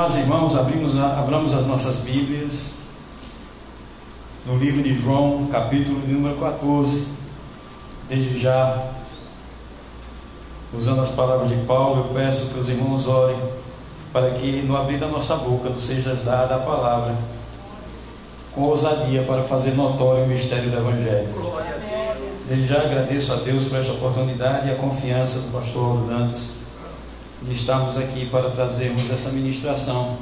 Amados irmãos, abramos as nossas Bíblias no livro de João, capítulo número 14. Desde já, usando as palavras de Paulo, eu peço que os irmãos orem para que no abrir da nossa boca nos seja dada a palavra com ousadia para fazer notório o mistério do Evangelho. Desde já agradeço a Deus por esta oportunidade e a confiança do pastor Dantas de estarmos aqui para trazermos essa ministração.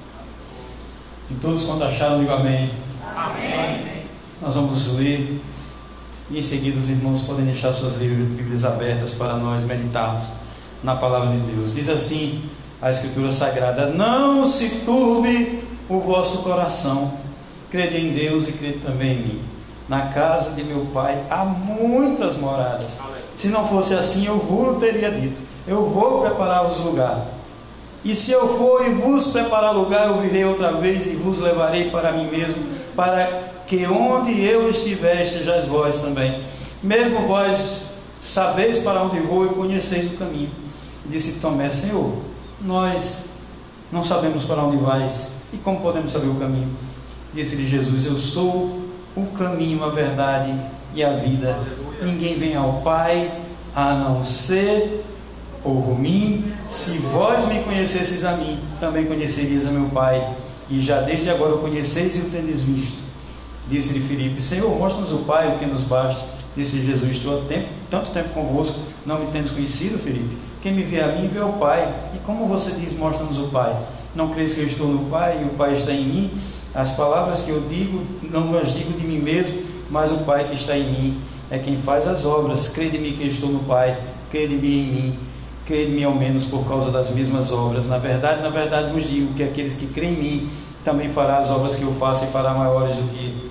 E todos quanto acharam, digam amém. Amém. Nós vamos ler e em seguida os irmãos podem deixar suas Bíblias abertas para nós meditarmos na palavra de Deus. Diz assim a Escritura Sagrada: não se turbe o vosso coração, crede em Deus e crede também em mim. Na casa de meu Pai há muitas moradas. Se não fosse assim, eu vos teria dito: eu vou preparar-vos lugar. E se eu for e vos preparar lugar, eu virei outra vez e vos levarei para mim mesmo, para que onde eu estiver, estejais vós também. Mesmo vós sabeis para onde vou e conheceis o caminho. E disse Tomé: Senhor, nós não sabemos para onde vais, e como podemos saber o caminho? Disse-lhe Jesus: eu sou o caminho, a verdade e a vida. Ninguém vem ao Pai a não ser por mim. Se vós me conhecesseis a mim, também conhecerias a meu Pai, e já desde agora o conheceis e o tendes visto. Disse-lhe Filipe: Senhor, mostra-nos o Pai, o que nos basta. Disse Jesus: estou há tanto tempo convosco, não me tendes conhecido, Filipe? Quem me vê a mim, vê o Pai. E como você diz: mostra-nos o Pai? Não crês que eu estou no Pai e o Pai está em mim? As palavras que eu digo, não as digo de mim mesmo, mas o Pai que está em mim é quem faz as obras. Crede-me que eu estou no Pai, crede-me em mim, crede-me ao menos por causa das mesmas obras. Na verdade vos digo que aqueles que creem em mim também fará as obras que eu faço, e fará maiores do que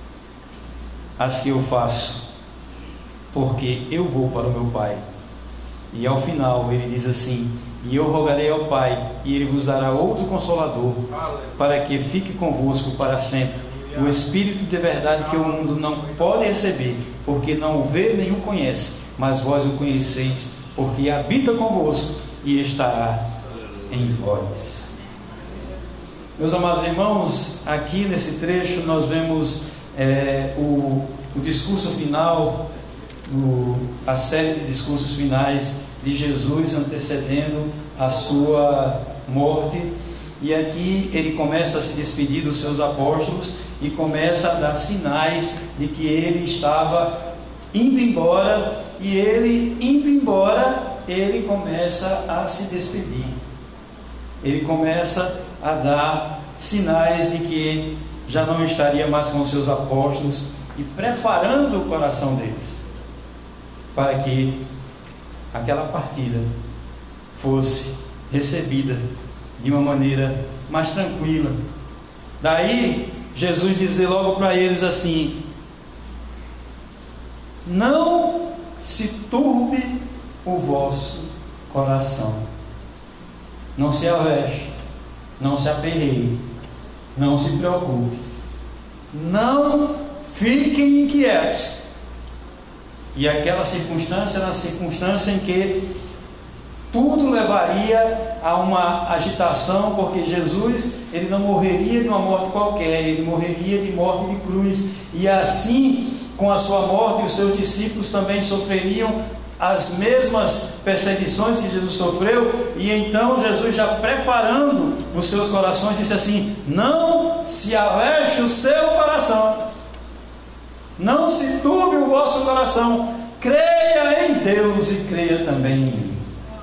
as que eu faço, porque eu vou para o meu Pai. E ao final ele diz assim: e eu rogarei ao Pai, e Ele vos dará outro Consolador, para que fique convosco para sempre, o Espírito de verdade, que o mundo não pode receber, porque não o vê nem o conhece, mas vós o conheceis, porque habita convosco e estará em vós. Meus amados irmãos, aqui nesse trecho nós vemos o discurso final, a série de discursos finais de Jesus antecedendo a sua morte. E aqui ele começa a se despedir dos seus apóstolos e começa a dar sinais de que ele estava indo embora, e ele indo embora, ele começa a se despedir. Ele começa a dar sinais de que já não estaria mais com os seus apóstolos, e preparando o coração deles para que aquela partida fosse recebida de uma maneira mais tranquila. Daí Jesus dizer logo para eles assim: não se turbe o vosso coração, não se avexe, não se aperreie, não se preocupe, não fiquem inquietos. E aquela circunstância era a circunstância em que tudo levaria a uma agitação, porque Jesus, ele não morreria de uma morte qualquer, ele morreria de morte de cruz. E assim, com a sua morte, os seus discípulos também sofreriam as mesmas perseguições que Jesus sofreu. E então Jesus, já preparando os seus corações, disse assim: não se avexe o seu coração, não se turbe o vosso coração, creia em Deus e creia também em mim.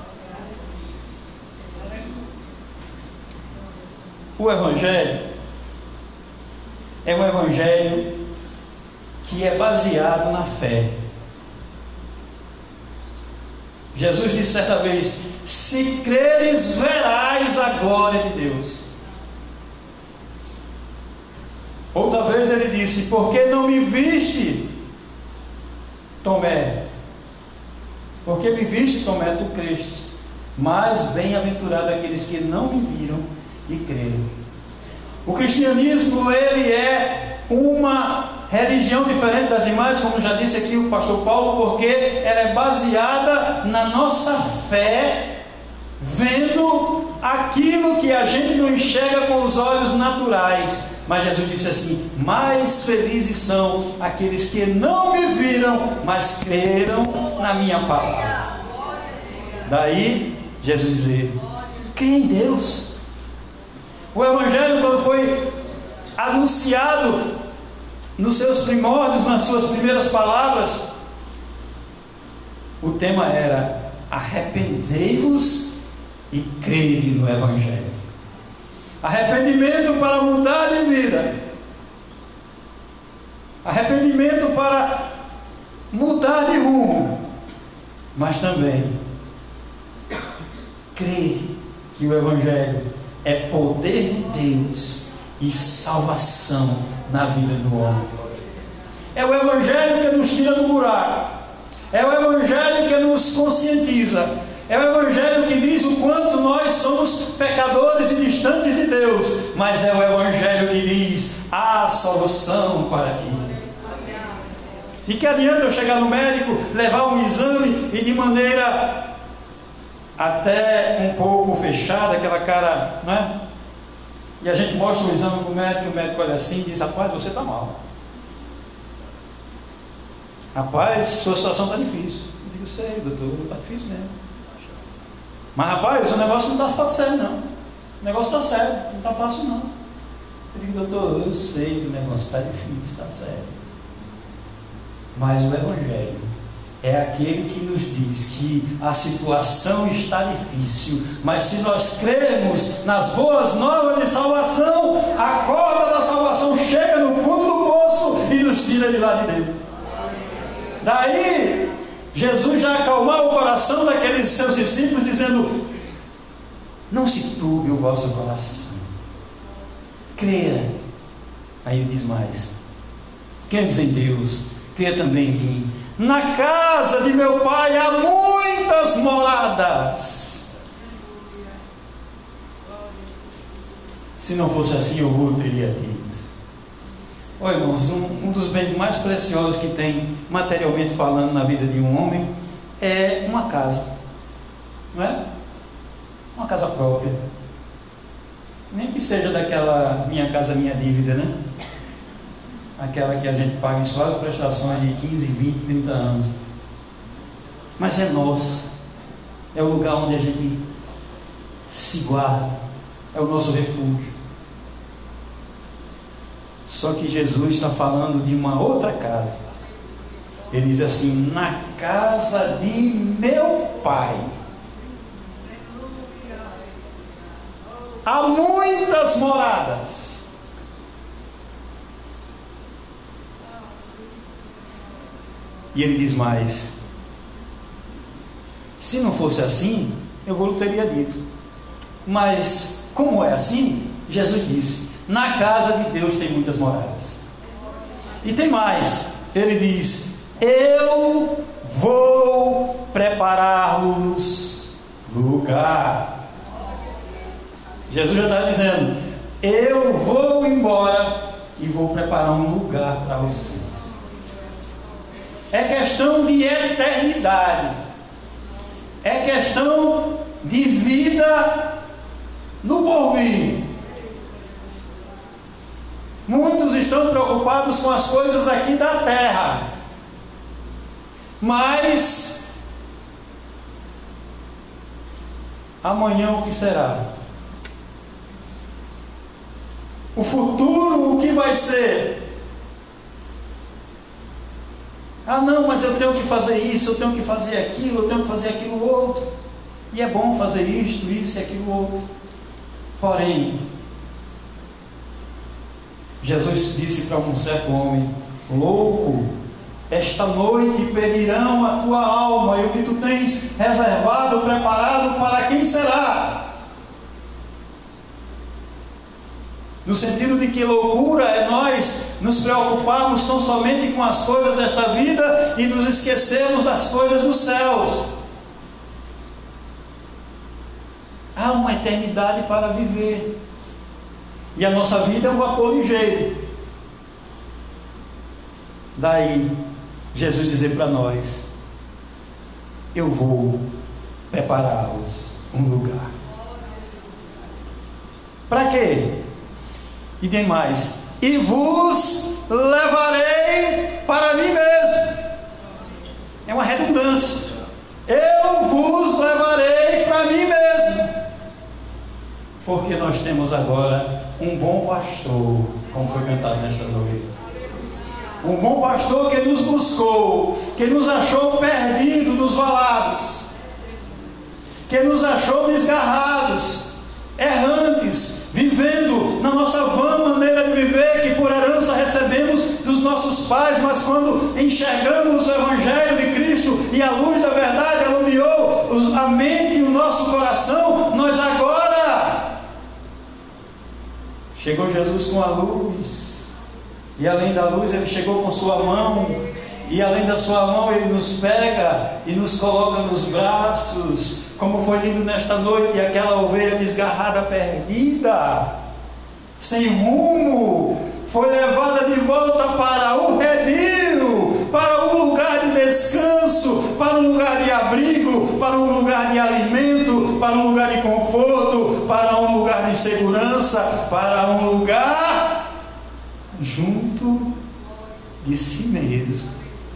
O Evangelho é um Evangelho que é baseado na fé. Jesus disse certa vez: se creres, verás a glória de Deus. Outra vez ele disse: porque não me viste, Tomé? Porque me viste, Tomé, tu creste. Mas bem-aventurado aqueles que não me viram e creram. O cristianismo, ele é uma religião diferente das demais, como já disse aqui o pastor Paulo, porque ela é baseada na nossa fé, vendo aquilo que a gente não enxerga com os olhos naturais. Mas Jesus disse assim: mais felizes são aqueles que não me viram, mas creram na minha palavra. Daí Jesus dizer: crê em Deus. O Evangelho, quando foi anunciado nos seus primórdios, nas suas primeiras palavras, o tema era: arrependei-vos e crede no Evangelho. Arrependimento para mudar de vida, arrependimento para mudar de rumo, mas também crer que o Evangelho é poder de Deus e salvação na vida do homem. É o Evangelho que nos tira do buraco, é o Evangelho que nos conscientiza, é o Evangelho que diz o quanto nós somos pecadores e distantes de Deus, mas é o Evangelho que diz: há solução para ti. E que adianta eu chegar no médico, levar um exame e de maneira até um pouco fechada, aquela cara, não é? E a gente mostra o exame para o médico olha assim e diz: rapaz, você está mal. Rapaz, sua situação está difícil. Eu digo: sei, doutor, está difícil mesmo. Mas rapaz, o negócio não está sério não. O negócio está sério, não está fácil não. Eu digo: doutor, eu sei que o negócio está difícil, está sério. Mas o Evangelho é aquele que nos diz que a situação está difícil, mas se nós cremos nas boas novas de salvação, a corda da salvação chega no fundo do poço e nos tira de lá de dentro. Daí Jesus já acalmava o coração daqueles seus discípulos, dizendo: não se turbe o vosso coração, creia. Aí ele diz mais: credes em Deus, creia também em mim. Na casa de meu pai há muitas moradas. Se não fosse assim, eu teria dito. Olha, irmãos, um dos bens mais preciosos que tem, materialmente falando, na vida de um homem é uma casa, não é? Uma casa própria. Nem que seja daquela minha casa, minha dívida, né? Aquela que a gente paga em suas prestações de 15, 20, 30 anos. Mas é nosso. É o lugar onde a gente se guarda. É o nosso refúgio. Só que Jesus está falando de uma outra casa. Ele diz assim: na casa de meu pai há muitas moradas. E ele diz mais: se não fosse assim, eu teria dito. Mas como é assim, Jesus disse: na casa de Deus tem muitas moradas. E tem mais, ele diz: eu vou preparar-vos lugar. Jesus já está dizendo: eu vou embora e vou preparar um lugar para vocês. É questão de eternidade, é questão de vida no porvir. Muitos estão preocupados com as coisas aqui da terra, mas amanhã o que será? O futuro, o que vai ser? Ah, não, mas eu tenho que fazer isso, eu tenho que fazer aquilo, eu tenho que fazer aquilo outro. E é bom fazer isto, isso e aquilo outro. Porém, Jesus disse para um certo homem: louco, esta noite pedirão a tua alma, e o que tu tens reservado, preparado, para quem será? No sentido de que loucura é nós nos preocuparmos tão somente com as coisas desta vida e nos esquecermos das coisas dos céus. Há uma eternidade para viver. E a nossa vida é um vapor ligeiro. Daí, Jesus dizer para nós: eu vou preparar-vos um lugar. Para quê? E tem mais: e vos levarei para mim mesmo. É uma redundância. Eu vos levarei para mim mesmo. Porque nós temos agora um bom pastor, como foi cantado nesta noite. Um bom pastor que nos buscou, que nos achou perdidos nos valados, que nos achou desgarrados, errantes, vivendo na nossa vã maneira de viver, que por herança recebemos dos nossos pais, mas quando enxergamos o Evangelho de Cristo e a luz da verdade iluminou a mente e o nosso coração, nós agora chegou Jesus com a luz, e além da luz ele chegou com sua mão, e além da sua mão ele nos pega e nos coloca nos braços, como foi lindo nesta noite, aquela ovelha desgarrada, perdida, sem rumo, foi levada de volta para o redil, para um lugar de descanso, para um lugar de abrigo, para um lugar de alimento, para um lugar de conforto, para um lugar de segurança, para um lugar junto de si mesmo.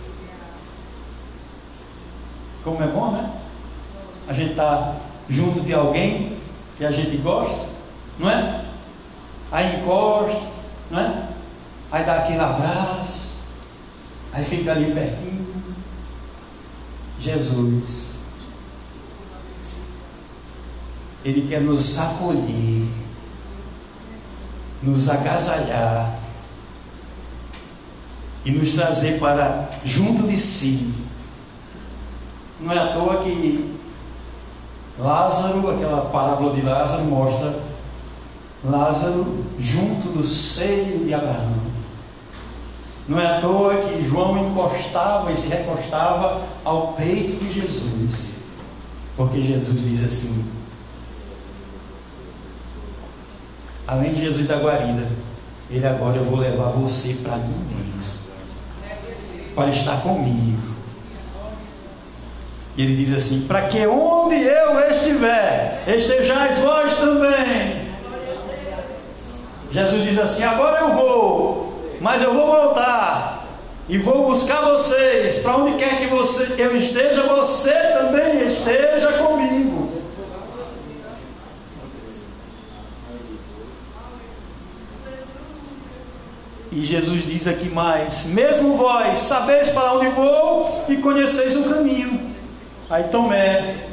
Como é bom, né? A gente está junto de alguém que a gente gosta, não é? Aí encosta, não é? Aí dá aquele abraço, aí fica ali pertinho. Jesus, Ele quer nos acolher, nos agasalhar e nos trazer para junto de si. Não é à toa que Lázaro, aquela parábola de Lázaro mostra Lázaro junto do seio de Abraão. Não é à toa que João encostava e se recostava ao peito de Jesus, porque Jesus diz assim: além de Jesus da guarida, ele agora: eu vou levar você para mim mesmo, para estar comigo. E ele diz assim: para que onde eu estiver, estejais vós também. Jesus diz assim: agora eu vou, mas eu vou voltar e vou buscar vocês. Para onde quer que eu esteja, você também esteja comigo. E Jesus diz aqui mais: mesmo vós sabeis para onde vou e conheceis o caminho. Aí Tomé,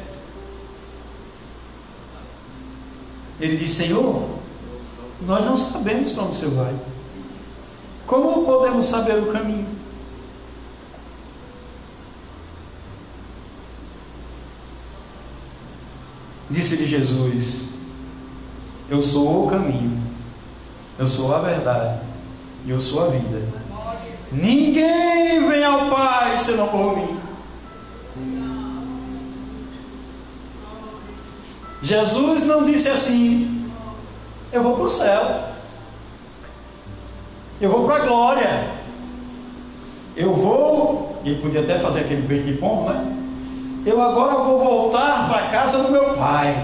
ele diz: Senhor, nós não sabemos para onde o Senhor vai. Como podemos saber o caminho? Disse-lhe Jesus: eu sou o caminho, eu sou a verdade e eu sou a vida. Ninguém vem ao Pai senão por mim. Jesus não disse assim: eu vou para o céu, eu vou para a glória, eu vou, e ele podia até fazer aquele peito de pombo, né? Eu agora vou voltar para a casa do meu pai,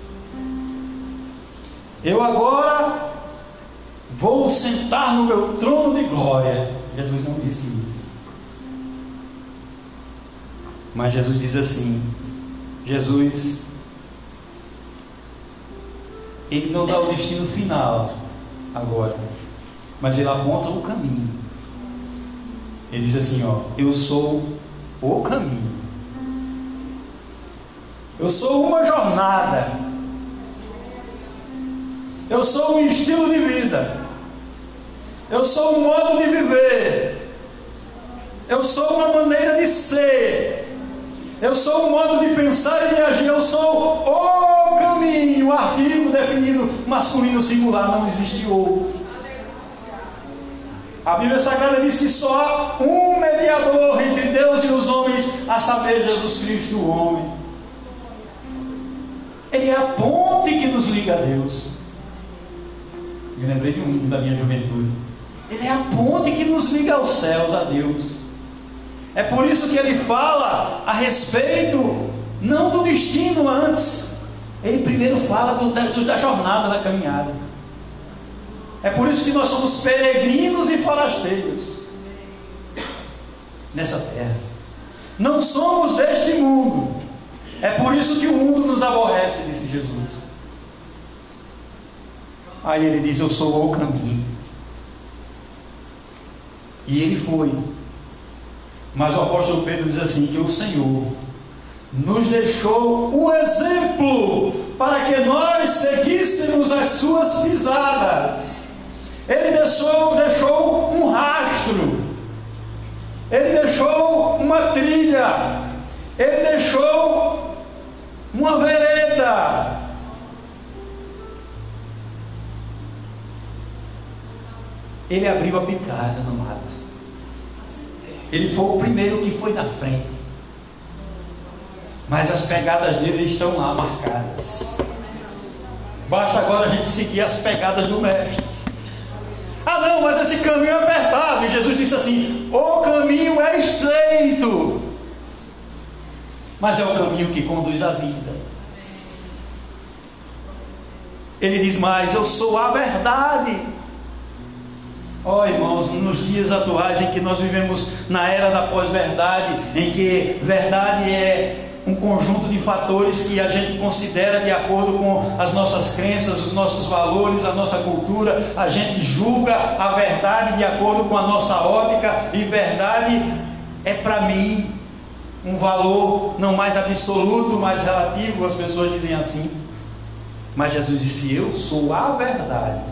eu agora vou sentar no meu trono de glória. Jesus não disse isso. Mas Jesus diz assim: Jesus, Ele não dá o destino final agora, mas Ele aponta o caminho. Ele diz assim: ó, eu sou o caminho, eu sou uma jornada, eu sou um estilo de vida, eu sou um modo de viver, eu sou uma maneira de ser, eu sou um modo de pensar e de agir, eu sou o caminho, artigo definido masculino singular, não existe outro. A Bíblia Sagrada diz que só há um mediador entre Deus e os homens, a saber, Jesus Cristo, o homem. Ele é a ponte que nos liga a Deus. Me lembrei de um hino da minha juventude. Ele é a ponte que nos liga aos céus, a Deus. É por isso que ele fala a respeito não do destino antes, Ele primeiro fala da jornada, da caminhada. É por isso que nós somos peregrinos e forasteiros nessa terra. Não somos deste mundo. É por isso que o mundo nos aborrece, disse Jesus. Aí ele diz: eu sou o caminho. E ele foi. Mas o apóstolo Pedro diz assim, que o Senhor nos deixou o exemplo para que nós seguíssemos as suas pisadas. Ele deixou um rastro, ele deixou uma trilha, ele deixou uma vereda. Ele abriu a picada no mato. Ele foi o primeiro que foi na frente. Mas as pegadas dele estão lá marcadas. Basta agora a gente seguir as pegadas do Mestre. Ah não, mas esse caminho é apertado. E Jesus disse assim: o caminho é estreito, mas é o caminho que conduz à vida. Ele diz mais: eu sou a verdade. Ó irmãos, nos dias atuais em que nós vivemos na era da pós-verdade, em que verdade é um conjunto de fatores que a gente considera de acordo com as nossas crenças, os nossos valores, a nossa cultura, a gente julga a verdade de acordo com a nossa ótica, e verdade é para mim um valor não mais absoluto, mais relativo, as pessoas dizem assim. Mas Jesus disse: eu sou a verdade.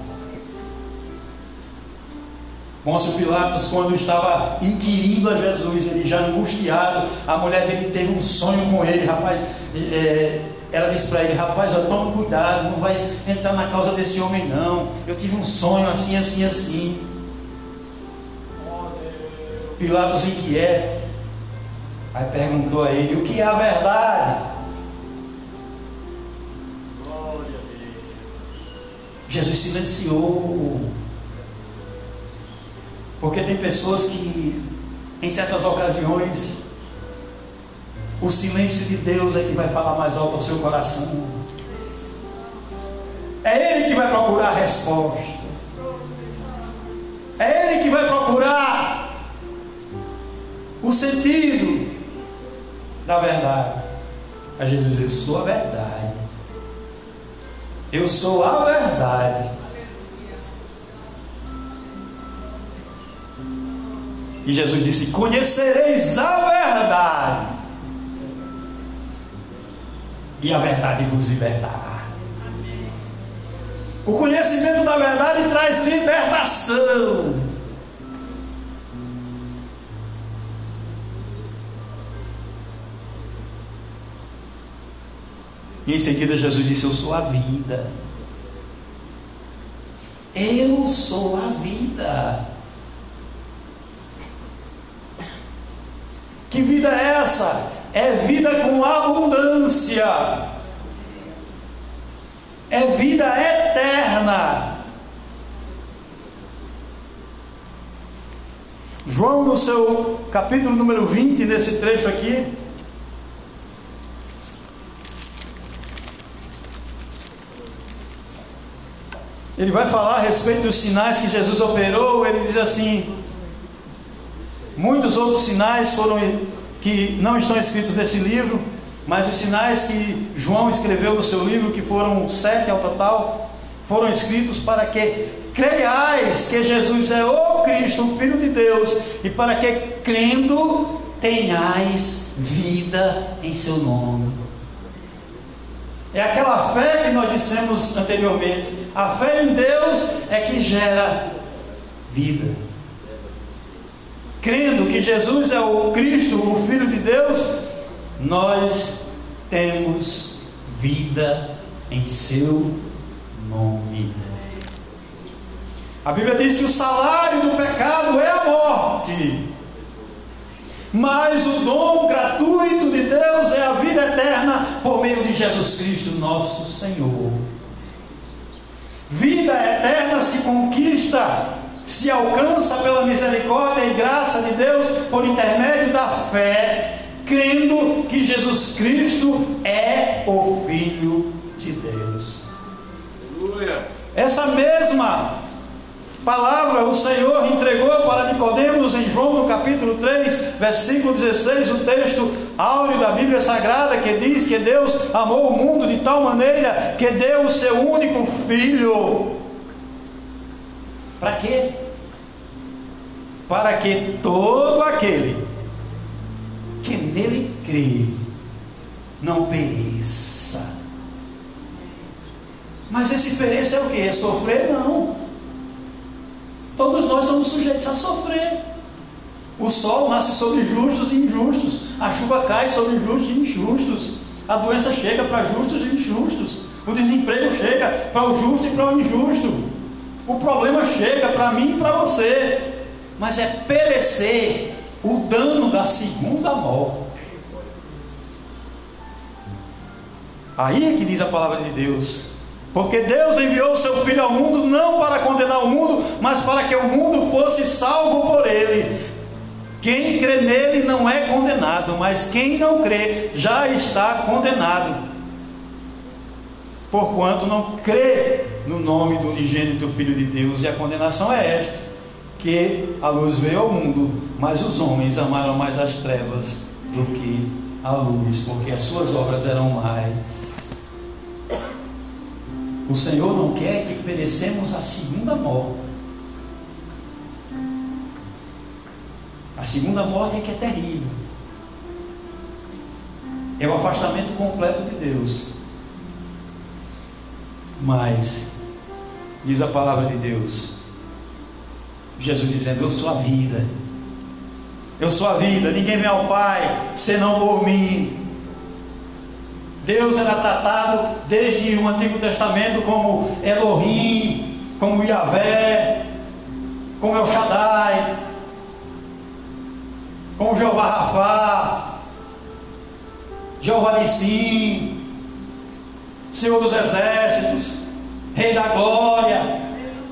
Pôncio Pilatos, quando estava inquirindo a Jesus, ele já angustiado, a mulher dele teve um sonho com ele, rapaz, ela disse para ele: rapaz, toma cuidado, não vai entrar na causa desse homem não, eu tive um sonho assim, assim, assim. Pilatos inquieto, aí perguntou a ele: o que é a verdade? Jesus silenciou. Porque tem pessoas que, em certas ocasiões, o silêncio de Deus é que vai falar mais alto ao seu coração. É Ele que vai procurar a resposta. É Ele que vai procurar o sentido da verdade. A Jesus diz: eu sou a verdade. Eu sou a verdade. E Jesus disse: conhecereis a verdade, e a verdade vos libertará. O conhecimento da verdade traz libertação. E em seguida Jesus disse: eu sou a vida. Eu sou a vida. Que vida é essa? É vida com abundância. É vida eterna. João, no seu capítulo número 20, nesse trecho aqui, ele vai falar a respeito dos sinais que Jesus operou. Ele diz assim: muitos outros sinais foram que não estão escritos nesse livro, mas os sinais que João escreveu no seu livro, que foram 7 ao total, foram escritos para que creiais que Jesus é o Cristo, o Filho de Deus, e para que, crendo, tenhais vida em seu nome. É aquela fé que nós dissemos anteriormente. A fé em Deus é que gera vida. Crendo que Jesus é o Cristo, o Filho de Deus, nós temos vida em seu nome. A Bíblia diz que o salário do pecado é a morte, mas o dom gratuito de Deus é a vida eterna por meio de Jesus Cristo, nosso Senhor. Vida eterna se conquista, se alcança pela misericórdia e graça de Deus por intermédio da fé, crendo que Jesus Cristo é o Filho de de Deus. Aleluia. Essa mesma palavra o Senhor entregou para Nicodemos em João no capítulo 3, versículo 16, o texto áureo da Bíblia Sagrada, que diz que Deus amou o mundo de tal maneira que deu o seu único filho. Para quê? Para que todo aquele que nele crê não pereça. Mas esse perecer é o que? É sofrer? Não. Todos nós somos sujeitos a sofrer. O sol nasce sobre justos e injustos. A chuva cai sobre justos e injustos. A doença chega para justos e injustos. O desemprego chega para o justo e para o injusto. O problema chega para mim e para você. Mas é perecer o dano da segunda morte. Aí é que diz a palavra de Deus. Porque Deus enviou o seu Filho ao mundo não para condenar o mundo, mas para que o mundo fosse salvo por ele. Quem crê nele não é condenado, mas quem não crê já está condenado, porquanto não crê no nome do unigênito Filho de Deus. E a condenação é esta, que a luz veio ao mundo, mas os homens amaram mais as trevas do que a luz, porque as suas obras eram mais. O Senhor não quer que perecemos a segunda morte. A segunda morte é que é terrível. É o afastamento completo de Deus. Mas, diz a palavra de Deus, Jesus dizendo: eu sou a vida. Eu sou a vida, ninguém vem ao Pai senão por mim. Deus era tratado desde o Antigo Testamento como Elohim, como Yahvé, como El Shaddai, como Jeová Rafá, Jeová Nissim, Senhor dos Exércitos, Rei da Glória.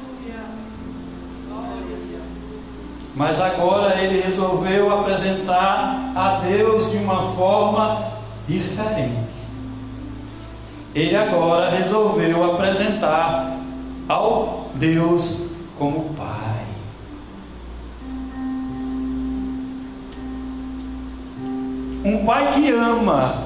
Mas agora ele resolveu apresentar a Deus de uma forma diferente. Ele agora resolveu apresentar ao Deus como Pai. Um Pai que ama.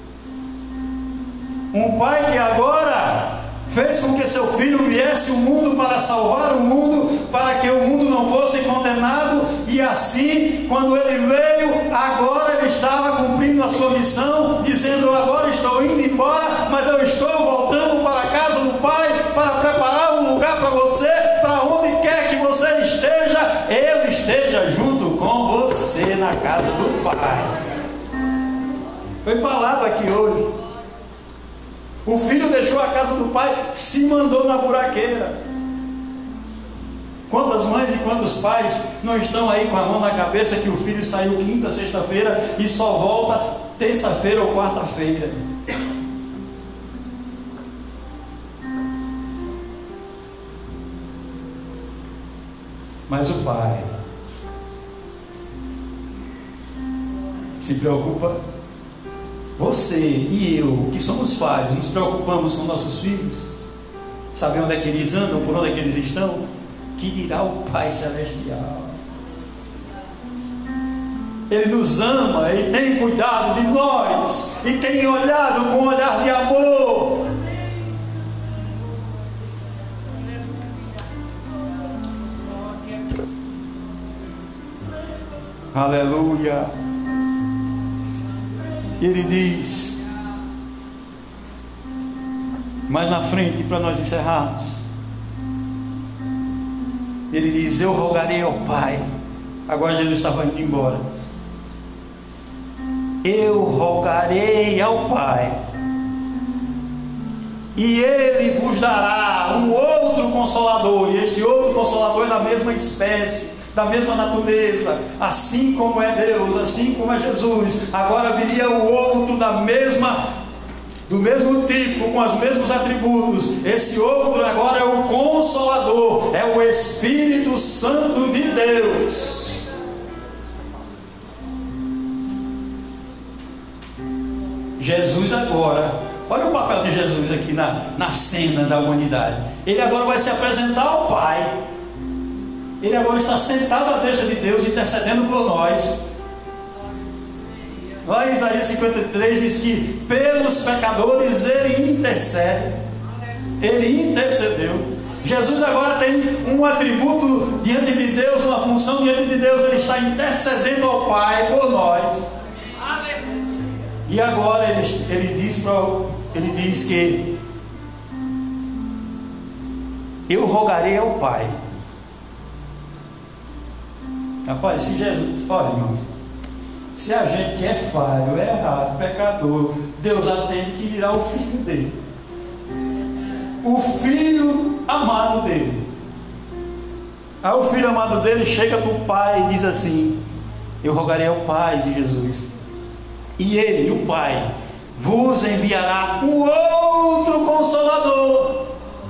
Um Pai que agora fez com que seu Filho viesse ao mundo para salvar o mundo, para que o mundo não fosse condenado. E assim, quando ele veio, agora ele estava cumprindo a sua missão, dizendo: eu agora estou indo embora, mas eu estou voltando para a casa do Pai, para preparar um lugar para você, para onde quer que você esteja, eu esteja junto com você na casa do Pai. Foi falado aqui hoje. O filho deixou a casa do pai, se mandou na buraqueira. Quantas mães e quantos pais não estão aí com a mão na cabeça que o filho saiu quinta, sexta-feira e só volta terça-feira ou quarta-feira? Mas o pai se preocupa. Você e eu, que somos pais, nos preocupamos com nossos filhos, saber onde é que eles andam, por onde é que eles estão. Que dirá o Pai Celestial? Ele nos ama e tem cuidado de nós, e tem olhado com um olhar de amor. Aleluia. Ele diz, mais na frente, para nós encerrarmos, ele diz: eu rogarei ao Pai. Agora Jesus estava indo embora. Eu rogarei ao Pai, e Ele vos dará um outro Consolador. E este outro Consolador é da mesma espécie, da mesma natureza, assim como é Deus, assim como é Jesus. Agora viria o outro do mesmo tipo, com os mesmos atributos. Esse outro agora é o Consolador, é o Espírito Santo de Deus. Jesus agora Olha o papel de Jesus aqui na cena da humanidade. Ele agora vai se apresentar ao Pai. Ele agora está sentado à destra de Deus, intercedendo por nós. Lá em Isaías 53 diz que pelos pecadores Ele intercede. Ele intercedeu. Jesus agora tem um atributo diante de Deus, uma função diante de Deus. Ele está intercedendo ao Pai por nós. E agora ele diz que eu rogarei ao Pai. Rapaz, se Jesus, olha, irmãos, se a gente que é falho, é errado, pecador, Deus atende, que dirá o Filho dele, o Filho amado dele. Aí o Filho amado dele chega para o Pai e diz assim: eu rogarei ao Pai de Jesus, e Ele, o Pai, vos enviará um outro Consolador,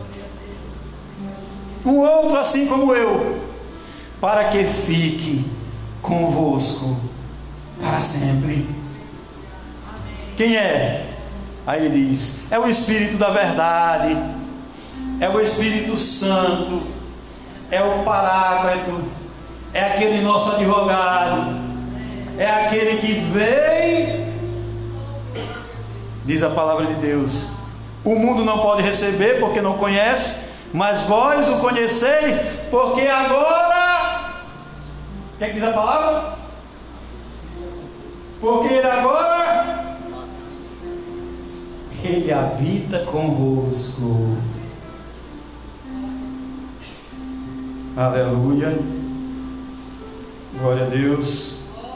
um outro assim como eu, para que fique convosco para sempre. Quem é? Aí ele diz: é o Espírito da verdade, é o Espírito Santo, é o Paráclito, é aquele nosso advogado, é aquele que vem, diz a palavra de Deus, o mundo não pode receber porque não conhece, mas vós o conheceis, porque agora, o que é que diz a palavra? Porque agora Ele habita convosco. Aleluia. Glória a Deus.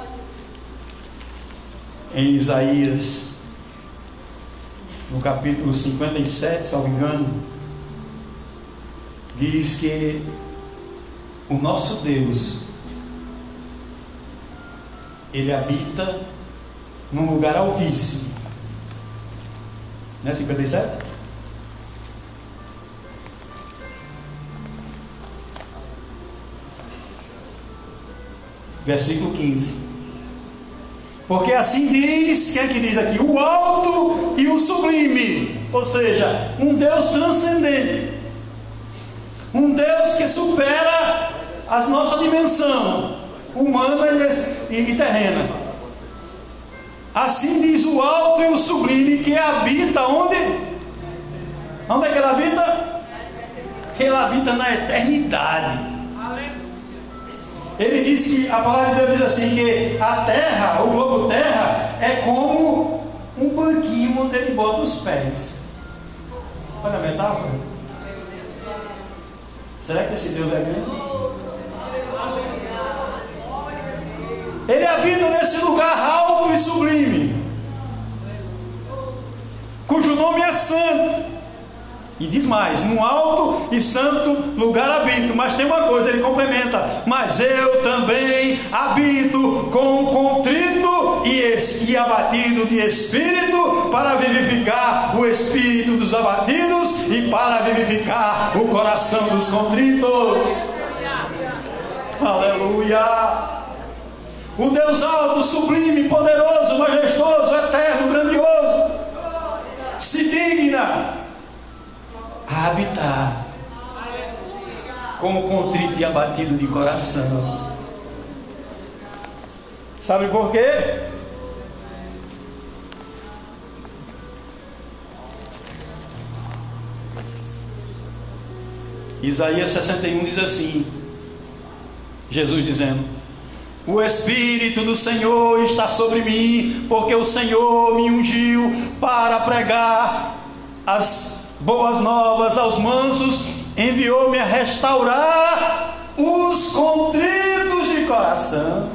Em Isaías, no capítulo 57, salvo engano, diz que o nosso Deus, Ele habita num lugar altíssimo. Não é 57? Versículo 15. Porque assim diz, quem é que diz aqui? O alto e o sublime. Ou seja, um Deus transcendente, um Deus que supera a nossa dimensão humana e terrena. Assim diz o alto e o sublime, que habita onde? Onde é que ele habita? Ele habita na eternidade. Ele diz que, a palavra de Deus diz assim, que a terra, o globo terra, é como um banquinho onde ele bota os pés. Olha a metáfora. Será que esse Deus é grande? Ele habita nesse lugar alto e sublime, cujo nome é santo. E diz mais: num alto e santo lugar habito. Mas tem uma coisa, ele complementa: mas eu também habito com contrito e abatido de espírito, para vivificar o espírito dos abatidos e para vivificar o coração dos contritos. Aleluia. O Deus alto, sublime, poderoso, majestoso, eterno, grandioso, se digna a habitar com o contrito e abatido de coração. Sabe por quê? Isaías 61 diz assim, Jesus dizendo: o Espírito do Senhor está sobre mim, porque o Senhor me ungiu para pregar as boas novas aos mansos, enviou-me a restaurar os contritos de coração.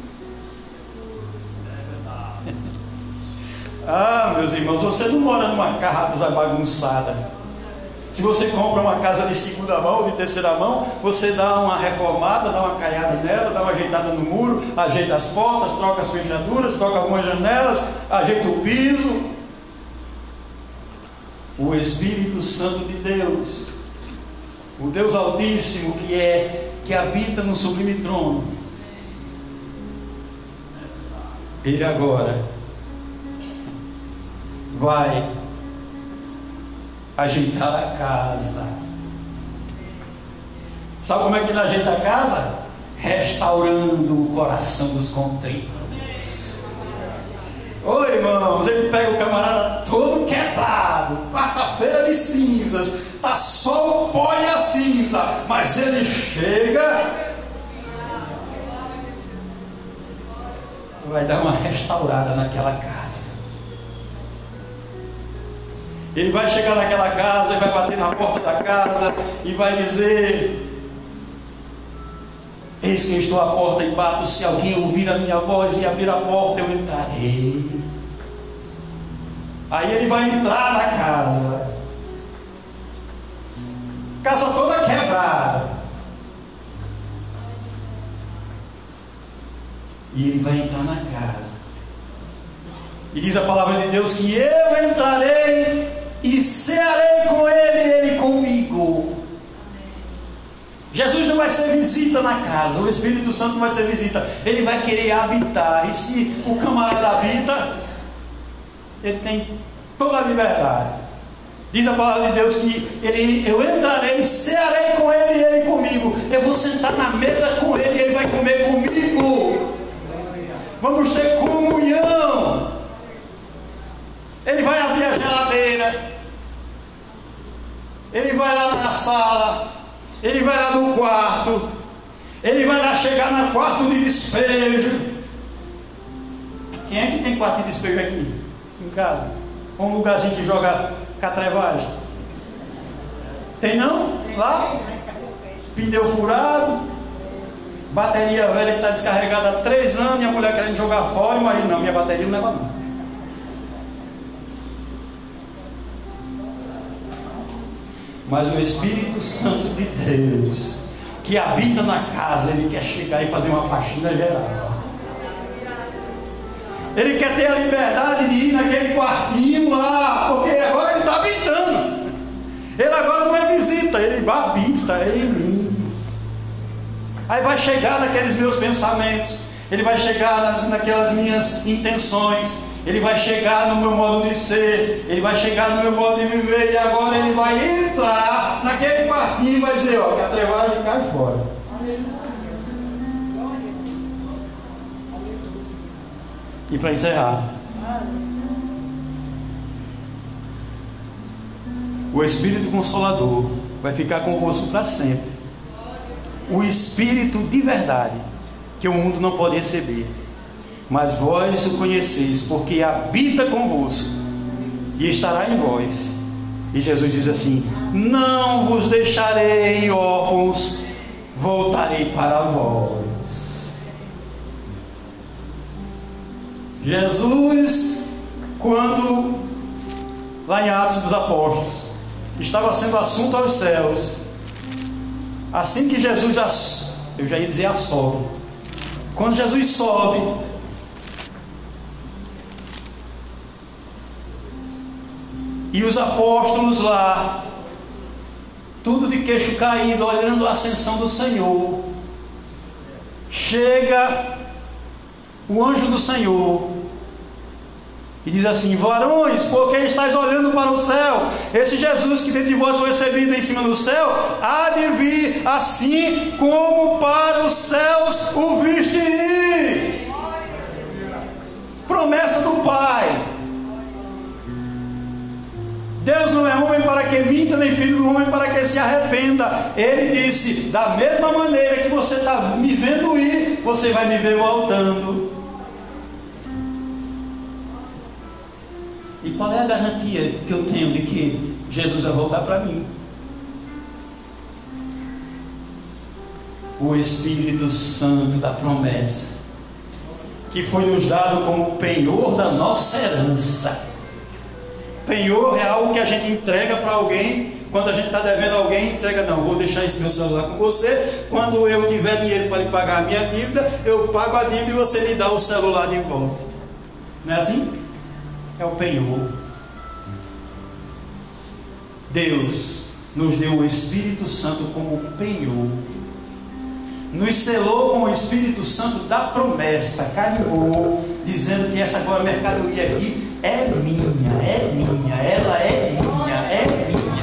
Ah, meus irmãos, você não mora numa casa bagunçada. Se você compra uma casa de segunda mão, de terceira mão, você dá uma reformada, dá uma caiada nela, dá uma ajeitada no muro, ajeita as portas, troca as fechaduras, troca algumas janelas, ajeita o piso. O Espírito Santo de Deus, o Deus Altíssimo, que habita no sublime trono, Ele agora vai ajeitar a casa. Sabe como é que ele ajeita a casa? Restaurando o coração dos contritos. Oi, irmãos, ele pega o camarada todo quebrado, quarta-feira de cinzas, tá só o pó e a cinza, mas ele chega, vai dar uma restaurada naquela casa. Ele vai chegar naquela casa e vai bater na porta da casa e vai dizer: eis que eu estou à porta e bato, se alguém ouvir a minha voz e abrir a porta, eu entrarei. Aí ele vai entrar na casa, casa toda quebrada, e ele vai entrar na casa, e diz a palavra de Deus que eu entrarei e cearei com ele e ele comigo. Jesus não vai ser visita na casa, o Espírito Santo não vai ser visita, ele vai querer habitar. E se o camarada habita, ele tem toda a liberdade. Diz a palavra de Deus que eu entrarei e cearei com ele e ele comigo. Eu vou sentar na mesa com ele e ele vai comer comigo. Vamos ter comunhão. Ele vai abrir a geladeira, ele vai lá na sala, ele vai lá no quarto, ele vai lá chegar no quarto de despejo. Quem é que tem quarto de despejo aqui em casa? Ou um lugarzinho que joga catrevagem? Tem não? Lá? Pneu furado, bateria velha que está descarregada há 3 anos e a mulher querendo jogar fora, e o marido: não, minha bateria não leva não. Mas o Espírito Santo de Deus, que habita na casa, ele quer chegar e fazer uma faxina geral. Ele quer ter a liberdade de ir naquele quartinho lá, porque agora ele está habitando. Ele agora não é visita, ele habita em mim. Aí vai chegar naqueles meus pensamentos, ele vai chegar naquelas minhas intenções, ele vai chegar no meu modo de ser, ele vai chegar no meu modo de viver, e agora ele vai entrar naquele quartinho e vai dizer: ó, que a trevagem cai fora. E para encerrar, o Espírito Consolador vai ficar convosco para sempre. O Espírito de verdade, que o mundo não pode receber, mas vós o conheceis, porque habita convosco e estará em vós. E Jesus diz assim: não vos deixarei órfãos, voltarei para vós. Jesus, quando lá em Atos dos Apóstolos estava sendo assunto aos céus, assim que Jesus, eu já ia dizer sobe, quando Jesus sobe, e os apóstolos lá, tudo de queixo caído, olhando a ascensão do Senhor, chega o anjo do Senhor e diz assim: varões, por que estáis olhando para o céu? Esse Jesus que dentre vós foi recebido em cima do céu, há de vir assim como para os céus o viste ir. Promessa do Pai. Deus não é homem para que minta, nem filho do homem para que se arrependa. Ele disse: da mesma maneira que você está me vendo ir, você vai me ver voltando. E qual é a garantia que eu tenho de que Jesus vai voltar para mim? O Espírito Santo da promessa, que foi nos dado como penhor da nossa herança. Penhor é algo que a gente entrega para alguém. Quando a gente está devendo a alguém, entrega: não, vou deixar esse meu celular com você, quando eu tiver dinheiro para lhe pagar a minha dívida, eu pago a dívida e você me dá o celular de volta. Não é assim? É o penhor. Deus nos deu o Espírito Santo como penhor, nos selou com o Espírito Santo da promessa, carimbou, dizendo que essa agora mercadoria aqui é minha, ela é minha, é minha.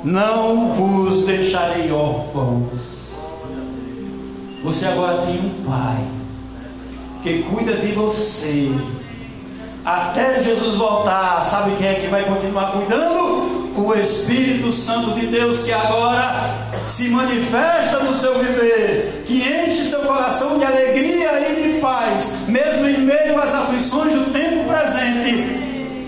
não vos deixarei órfãos. Você agora tem um Pai que cuida de você até Jesus voltar. Sabe quem é que vai continuar cuidando? O Espírito Santo de Deus, que agora se manifesta no seu viver, que enche seu coração de alegria e de paz, mesmo em meio às aflições do tempo presente.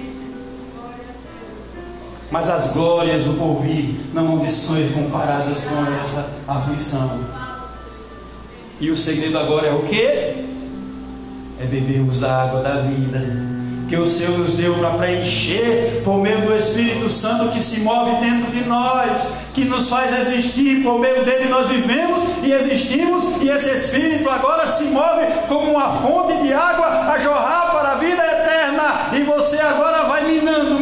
Mas as glórias do porvir não hão de ser comparadas com essa aflição. E o segredo agora é o quê? É bebermos da água da vida que o Senhor nos deu para preencher por meio do Espírito Santo que se move dentro de nós, que nos faz existir. Por meio dele nós vivemos e existimos, e esse Espírito agora se move como uma fonte de água a jorrar para a vida eterna. E você agora vai minando,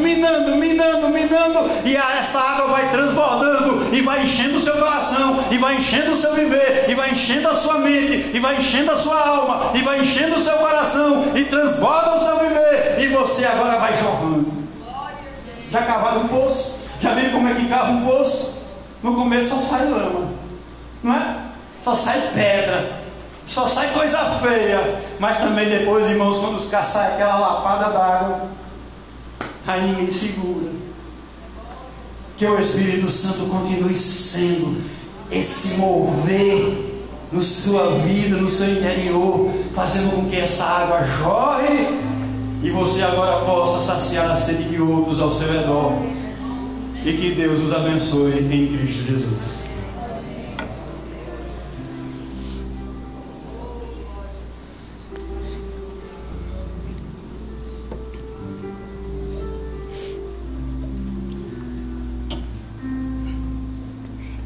e essa água vai transbordando e vai enchendo o seu coração, e vai enchendo o seu viver, e vai enchendo a sua mente, e vai enchendo a sua alma, e vai enchendo o seu coração, e transborda o seu viver, e você agora vai jorrando. Já cavaram um poço? Já viram como é que cava um poço? No começo só sai lama, não é? Só sai pedra, só sai coisa feia. Mas também depois, irmãos, quando os caras saem aquela lapada d'água, aí ninguém segura. Que o Espírito Santo continue sendo esse mover na sua vida, no seu interior, fazendo com que essa água jorre e você agora possa saciar a sede de outros ao seu redor. E que Deus nos abençoe em Cristo Jesus.